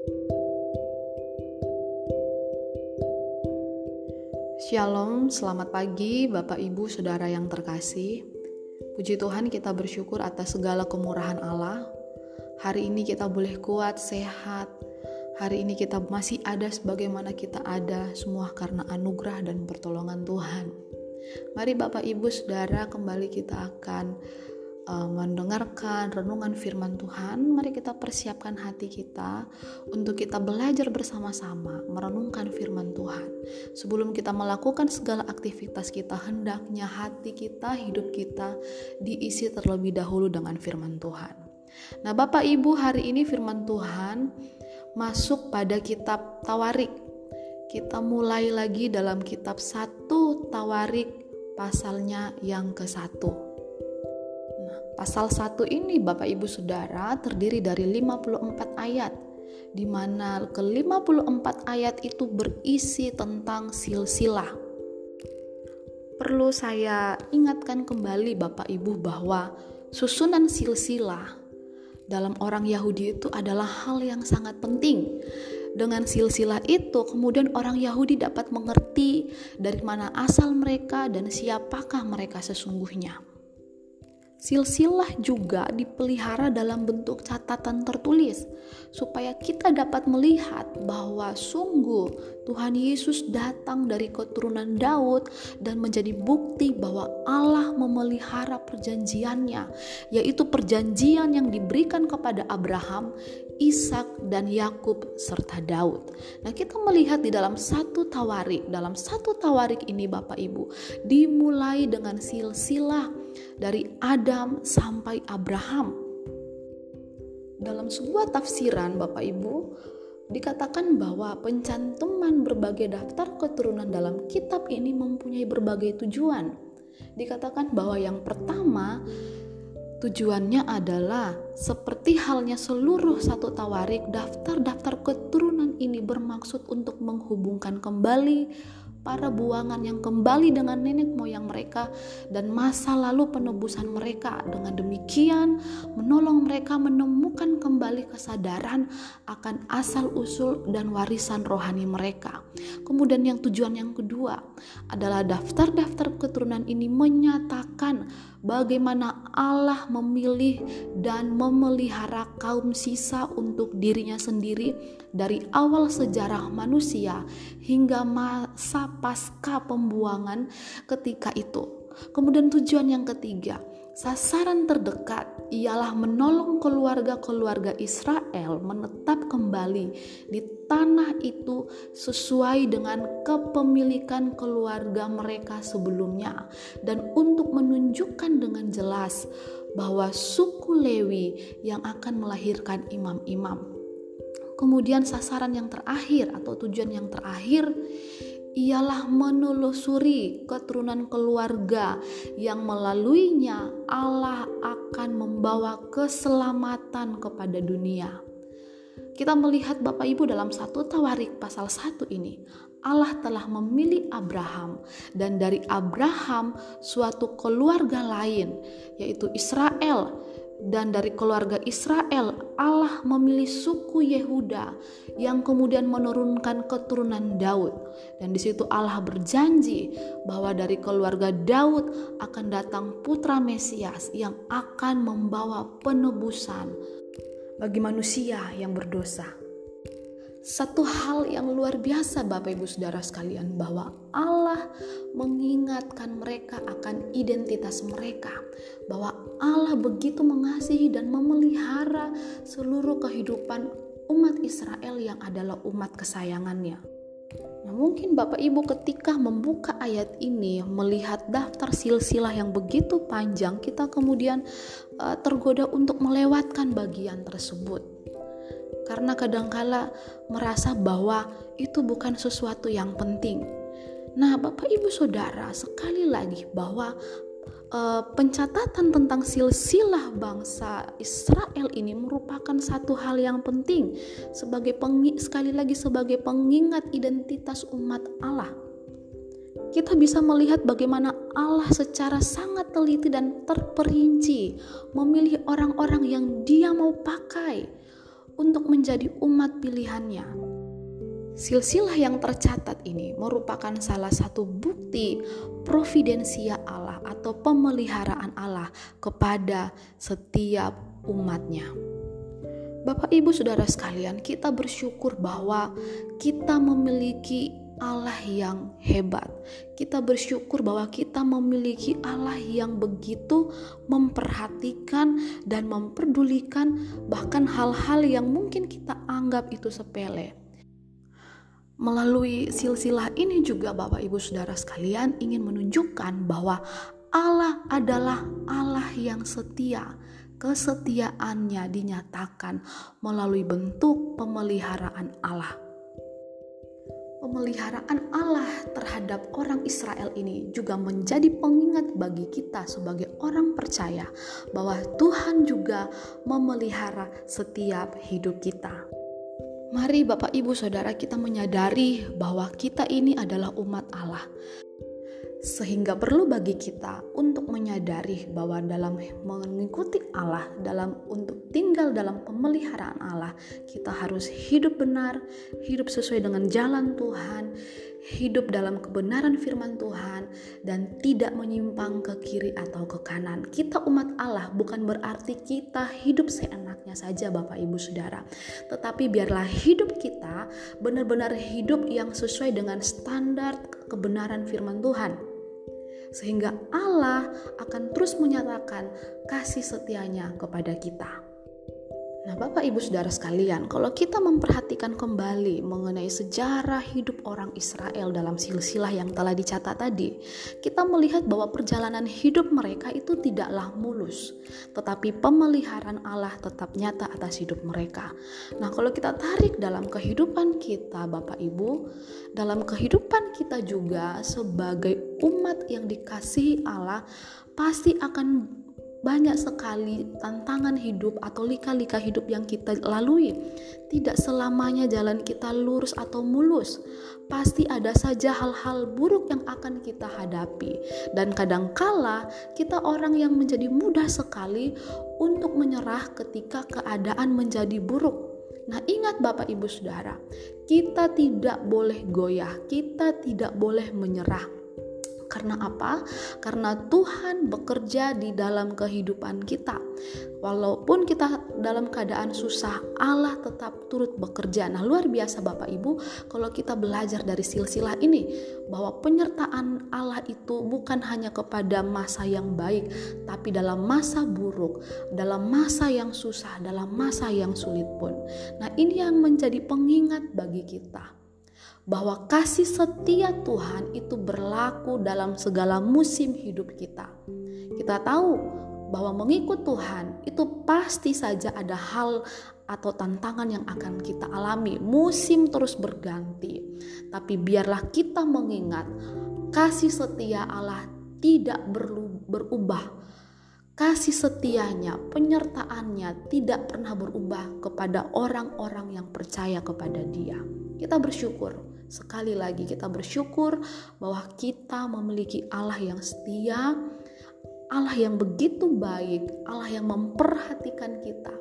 Shalom, selamat pagi Bapak Ibu Saudara yang terkasih. Puji Tuhan, kita bersyukur atas segala kemurahan Allah. Hari ini kita boleh kuat, sehat. Hari ini kita masih ada sebagaimana kita ada, semua karena anugerah dan pertolongan Tuhan. Mari Bapak Ibu Saudara, kembali kita akan mendengarkan renungan firman Tuhan. Mari kita persiapkan hati kita untuk kita belajar bersama-sama merenungkan firman Tuhan. Sebelum kita melakukan segala aktivitas kita, hendaknya hati kita, hidup kita diisi terlebih dahulu dengan firman Tuhan. Nah Bapak Ibu, hari ini firman Tuhan masuk pada kitab Tawarik. Kita mulai lagi dalam kitab 1 Tawarik pasalnya yang ke-1. Pasal 1 ini Bapak Ibu Saudara terdiri dari 54 ayat, di mana ke-54 ayat itu berisi tentang silsilah. Perlu saya ingatkan kembali Bapak Ibu bahwa susunan silsilah dalam orang Yahudi itu adalah hal yang sangat penting. Dengan silsilah itu kemudian orang Yahudi dapat mengerti dari mana asal mereka dan siapakah mereka sesungguhnya. Silsilah juga dipelihara dalam bentuk catatan tertulis, supaya kita dapat melihat bahwa sungguh Tuhan Yesus datang dari keturunan Daud dan menjadi bukti bahwa Allah memelihara perjanjiannya, yaitu perjanjian yang diberikan kepada Abraham, Ishak dan Yakub serta Daud. Nah, kita melihat di dalam 1 Tawarik. Dalam 1 Tawarik ini Bapak Ibu, dimulai dengan silsilah dari Adam sampai Abraham. Dalam sebuah tafsiran Bapak Ibu, dikatakan bahwa pencantuman berbagai daftar keturunan dalam kitab ini mempunyai berbagai tujuan. Dikatakan bahwa yang pertama, tujuannya adalah seperti halnya seluruh 1 Tawarik, daftar-daftar keturunan ini bermaksud untuk menghubungkan kembali para buangan yang kembali dengan nenek moyang mereka dan masa lalu penebusan mereka. Dengan demikian menolong mereka menemukan kembali kesadaran akan asal-usul dan warisan rohani mereka. Kemudian yang tujuan yang kedua adalah daftar-daftar keturunan ini menyatakan bagaimana Allah memilih dan memelihara kaum sisa untuk dirinya sendiri dari awal sejarah manusia hingga masa pasca pembuangan ketika itu. Kemudian tujuan yang ketiga, sasaran terdekat ialah menolong keluarga-keluarga Israel menetap kembali di tanah itu sesuai dengan kepemilikan keluarga mereka sebelumnya, dan untuk menunjukkan dengan jelas bahwa suku Lewi yang akan melahirkan imam-imam. Kemudian sasaran yang terakhir atau tujuan yang terakhir ialah menelusuri keturunan keluarga yang melaluinya Allah akan membawa keselamatan kepada dunia. Kita melihat Bapak Ibu dalam 1 Tawarik pasal 1 ini, Allah telah memilih Abraham, dan dari Abraham suatu keluarga lain yaitu Israel. Dan dari keluarga Israel Allah memilih suku Yehuda yang kemudian menurunkan keturunan Daud. Dan di situ Allah berjanji bahwa dari keluarga Daud akan datang putra Mesias yang akan membawa penebusan bagi manusia yang berdosa. Satu hal yang luar biasa Bapak Ibu Saudara sekalian, bahwa Allah mengingatkan mereka akan identitas mereka, bahwa Allah begitu mengasihi dan memelihara seluruh kehidupan umat Israel yang adalah umat kesayangannya. Nah, mungkin Bapak Ibu ketika membuka ayat ini melihat daftar silsilah yang begitu panjang, kita kemudian tergoda untuk melewatkan bagian tersebut. Karena kadangkala merasa bahwa itu bukan sesuatu yang penting. Nah Bapak Ibu Saudara, sekali lagi bahwa pencatatan tentang silsilah bangsa Israel ini merupakan satu hal yang penting sekali lagi sebagai pengingat identitas umat Allah. Kita bisa melihat bagaimana Allah secara sangat teliti dan terperinci memilih orang-orang yang Dia mau pakai untuk menjadi umat pilihannya. Silsilah yang tercatat ini merupakan salah satu bukti providensia Allah atau pemeliharaan Allah kepada setiap umatnya. Bapak Ibu Saudara sekalian, kita bersyukur bahwa kita memiliki Allah yang hebat. Kita bersyukur bahwa kita memiliki Allah yang begitu memperhatikan dan memperdulikan bahkan hal-hal yang mungkin kita anggap itu sepele. Melalui silsilah ini juga Bapak Ibu Saudara sekalian ingin menunjukkan bahwa Allah adalah Allah yang setia. Kesetiaannya dinyatakan melalui bentuk pemeliharaan Allah. Pemeliharaan Allah terhadap orang Israel ini juga menjadi pengingat bagi kita sebagai orang percaya bahwa Tuhan juga memelihara setiap hidup kita. Mari Bapak Ibu Saudara kita menyadari bahwa kita ini adalah umat Allah. Sehingga perlu bagi kita untuk menyadari bahwa dalam mengikuti Allah, untuk tinggal dalam pemeliharaan Allah, kita harus hidup benar, hidup sesuai dengan jalan Tuhan, hidup dalam kebenaran firman Tuhan, dan tidak menyimpang ke kiri atau ke kanan. Kita umat Allah bukan berarti kita hidup seenaknya saja Bapak Ibu Saudara, tetapi biarlah hidup kita benar-benar hidup yang sesuai dengan standar kebenaran firman Tuhan. Sehingga Allah akan terus menyatakan kasih setianya kepada kita. Nah Bapak Ibu Saudara sekalian, kalau kita memperhatikan kembali mengenai sejarah hidup orang Israel dalam silsilah yang telah dicatat tadi, kita melihat bahwa perjalanan hidup mereka itu tidaklah mulus, tetapi pemeliharaan Allah tetap nyata atas hidup mereka. Nah kalau kita tarik dalam kehidupan kita Bapak Ibu, dalam kehidupan kita juga sebagai umat yang dikasihi Allah, pasti akan banyak sekali tantangan hidup atau lika-lika hidup yang kita lalui. Tidak selamanya jalan kita lurus atau mulus. Pasti ada saja hal-hal buruk yang akan kita hadapi. Dan kadangkala kita orang yang menjadi mudah sekali untuk menyerah ketika keadaan menjadi buruk. Nah ingat Bapak Ibu Saudara, kita tidak boleh goyah, kita tidak boleh menyerah. Karena apa? Karena Tuhan bekerja di dalam kehidupan kita. Walaupun kita dalam keadaan susah, Allah tetap turut bekerja. Nah luar biasa Bapak Ibu, kalau kita belajar dari silsilah ini, bahwa penyertaan Allah itu bukan hanya kepada masa yang baik, tapi dalam masa buruk, dalam masa yang susah, dalam masa yang sulit pun. Nah ini yang menjadi pengingat bagi kita, bahwa kasih setia Tuhan itu berlaku dalam segala musim hidup kita. Kita tahu bahwa mengikut Tuhan itu pasti saja ada hal atau tantangan yang akan kita alami. Musim terus berganti. Tapi biarlah kita mengingat kasih setia Allah tidak berubah. Kasih setianya, penyertaannya tidak pernah berubah kepada orang-orang yang percaya kepada Dia. Kita bersyukur. Sekali lagi kita bersyukur bahwa kita memiliki Allah yang setia, Allah yang begitu baik, Allah yang memperhatikan kita.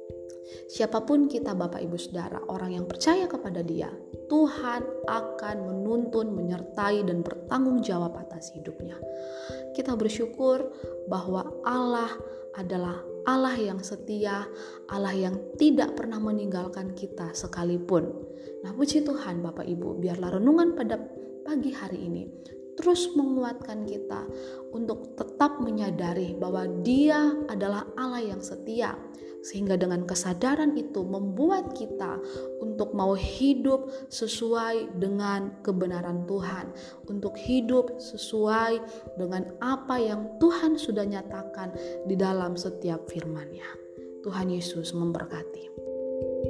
Siapapun kita Bapak Ibu Saudara, orang yang percaya kepada Dia, Tuhan akan menuntun, menyertai dan bertanggung jawab atas hidupnya. Kita bersyukur bahwa Allah adalah Allah yang setia, Allah yang tidak pernah meninggalkan kita sekalipun. Nah puji Tuhan Bapak Ibu, biarlah renungan pada pagi hari ini terus menguatkan kita untuk tetap menyadari bahwa Dia adalah Allah yang setia. Sehingga dengan kesadaran itu membuat kita untuk mau hidup sesuai dengan kebenaran Tuhan, untuk hidup sesuai dengan apa yang Tuhan sudah nyatakan di dalam setiap firman-Nya. Tuhan Yesus memberkati.